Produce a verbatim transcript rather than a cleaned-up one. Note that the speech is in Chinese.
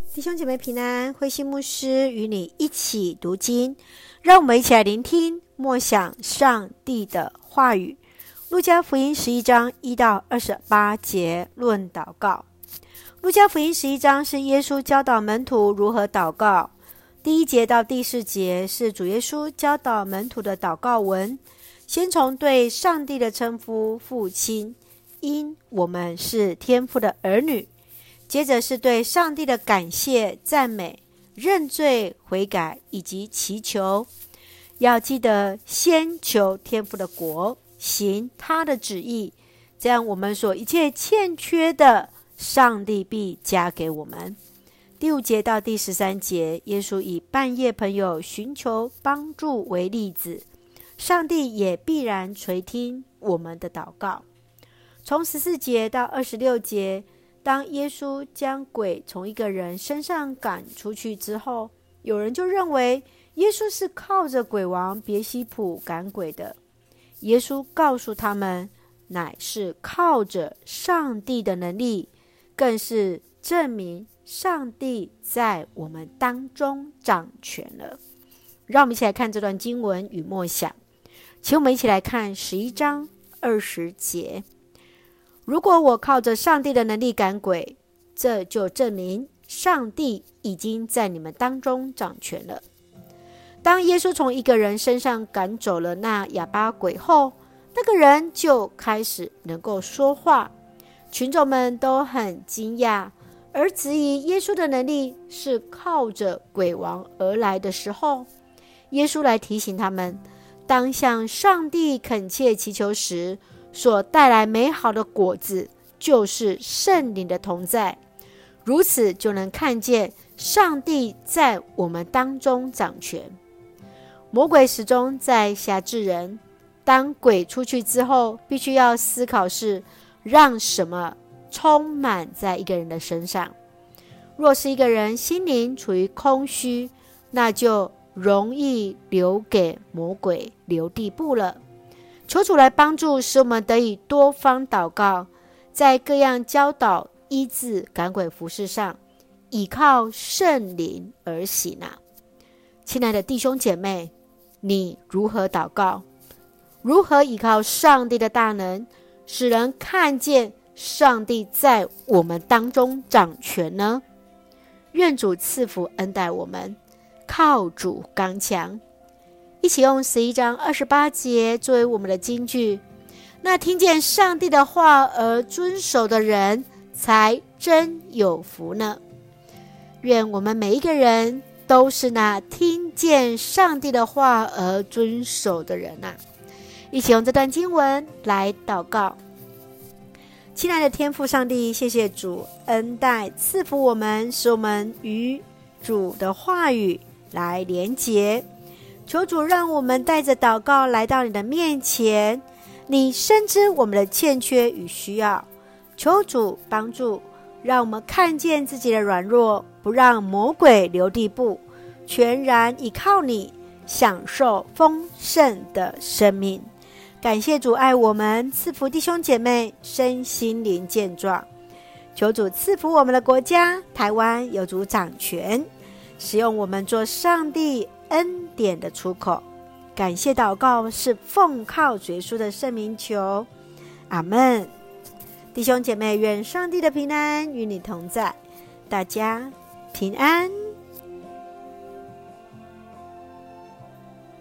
弟兄姐妹平安，慧馨牧师与你一起读经，让我们一起来聆听默想上帝的话语。路加福音十一章一到二十八节论祷告。路加福音十一章是耶稣教导门徒如何祷告，第一节到第四节是主耶稣教导门徒的祷告文。先从对上帝的称呼父亲，因我们是天父的儿女，接着是对上帝的感谢、赞美、认罪、悔改以及祈求。要记得先求天父的国，行他的旨意，这样我们所一切欠缺的，上帝必加给我们。第五节到第十三节，耶稣以半夜朋友寻求帮助为例子，上帝也必然垂听我们的祷告。从十四节到二十六节，当耶稣将鬼从一个人身上赶出去之后，有人就认为耶稣是靠着鬼王别西卜赶鬼的。耶稣告诉他们，乃是靠着上帝的能力，更是证明上帝在我们当中掌权了。让我们一起来看这段经文与默想。请我们一起来看十一章二十节。如果我靠着上帝的能力赶鬼，这就证明上帝已经在你们当中掌权了。当耶稣从一个人身上赶走了那哑巴鬼后，那个人就开始能够说话。群众们都很惊讶，而质疑耶稣的能力是靠着鬼王而来的时候，耶稣来提醒他们，当向上帝恳切祈求时，所带来美好的果子就是圣灵的同在，如此就能看见上帝在我们当中掌权。魔鬼始终在辖制人，当鬼出去之后，必须要思考是让什么充满在一个人的身上。若是一个人心灵处于空虚，那就容易留给魔鬼留地步了。求主来帮助，使我们得以多方祷告，在各样教导、医治、赶鬼服事上，倚靠圣灵而行啊！亲爱的弟兄姐妹，你如何祷告？如何倚靠上帝的大能，使人看见上帝在我们当中掌权呢？愿主赐福恩待我们，靠主刚强。一起用十一章二十八节作为我们的金句。那听见上帝的话而遵守的人，才真有福呢。愿我们每一个人都是那听见上帝的话而遵守的人啊！一起用这段经文来祷告。亲爱的天父上帝，谢谢主恩待赐福我们，使我们与主的话语来连结。求主让我们带着祷告来到你的面前，你深知我们的欠缺与需要，求主帮助，让我们看见自己的软弱，不让魔鬼留地步，全然依靠你，享受丰盛的生命。感谢主爱我们，赐福弟兄姐妹身心灵健壮。求主赐福我们的国家台湾，有主掌权，使用我们做上帝恩典的出口。感谢祷告是奉靠主耶稣的圣名求，阿们。弟兄姐妹，愿上帝的平安与你同在，大家平安。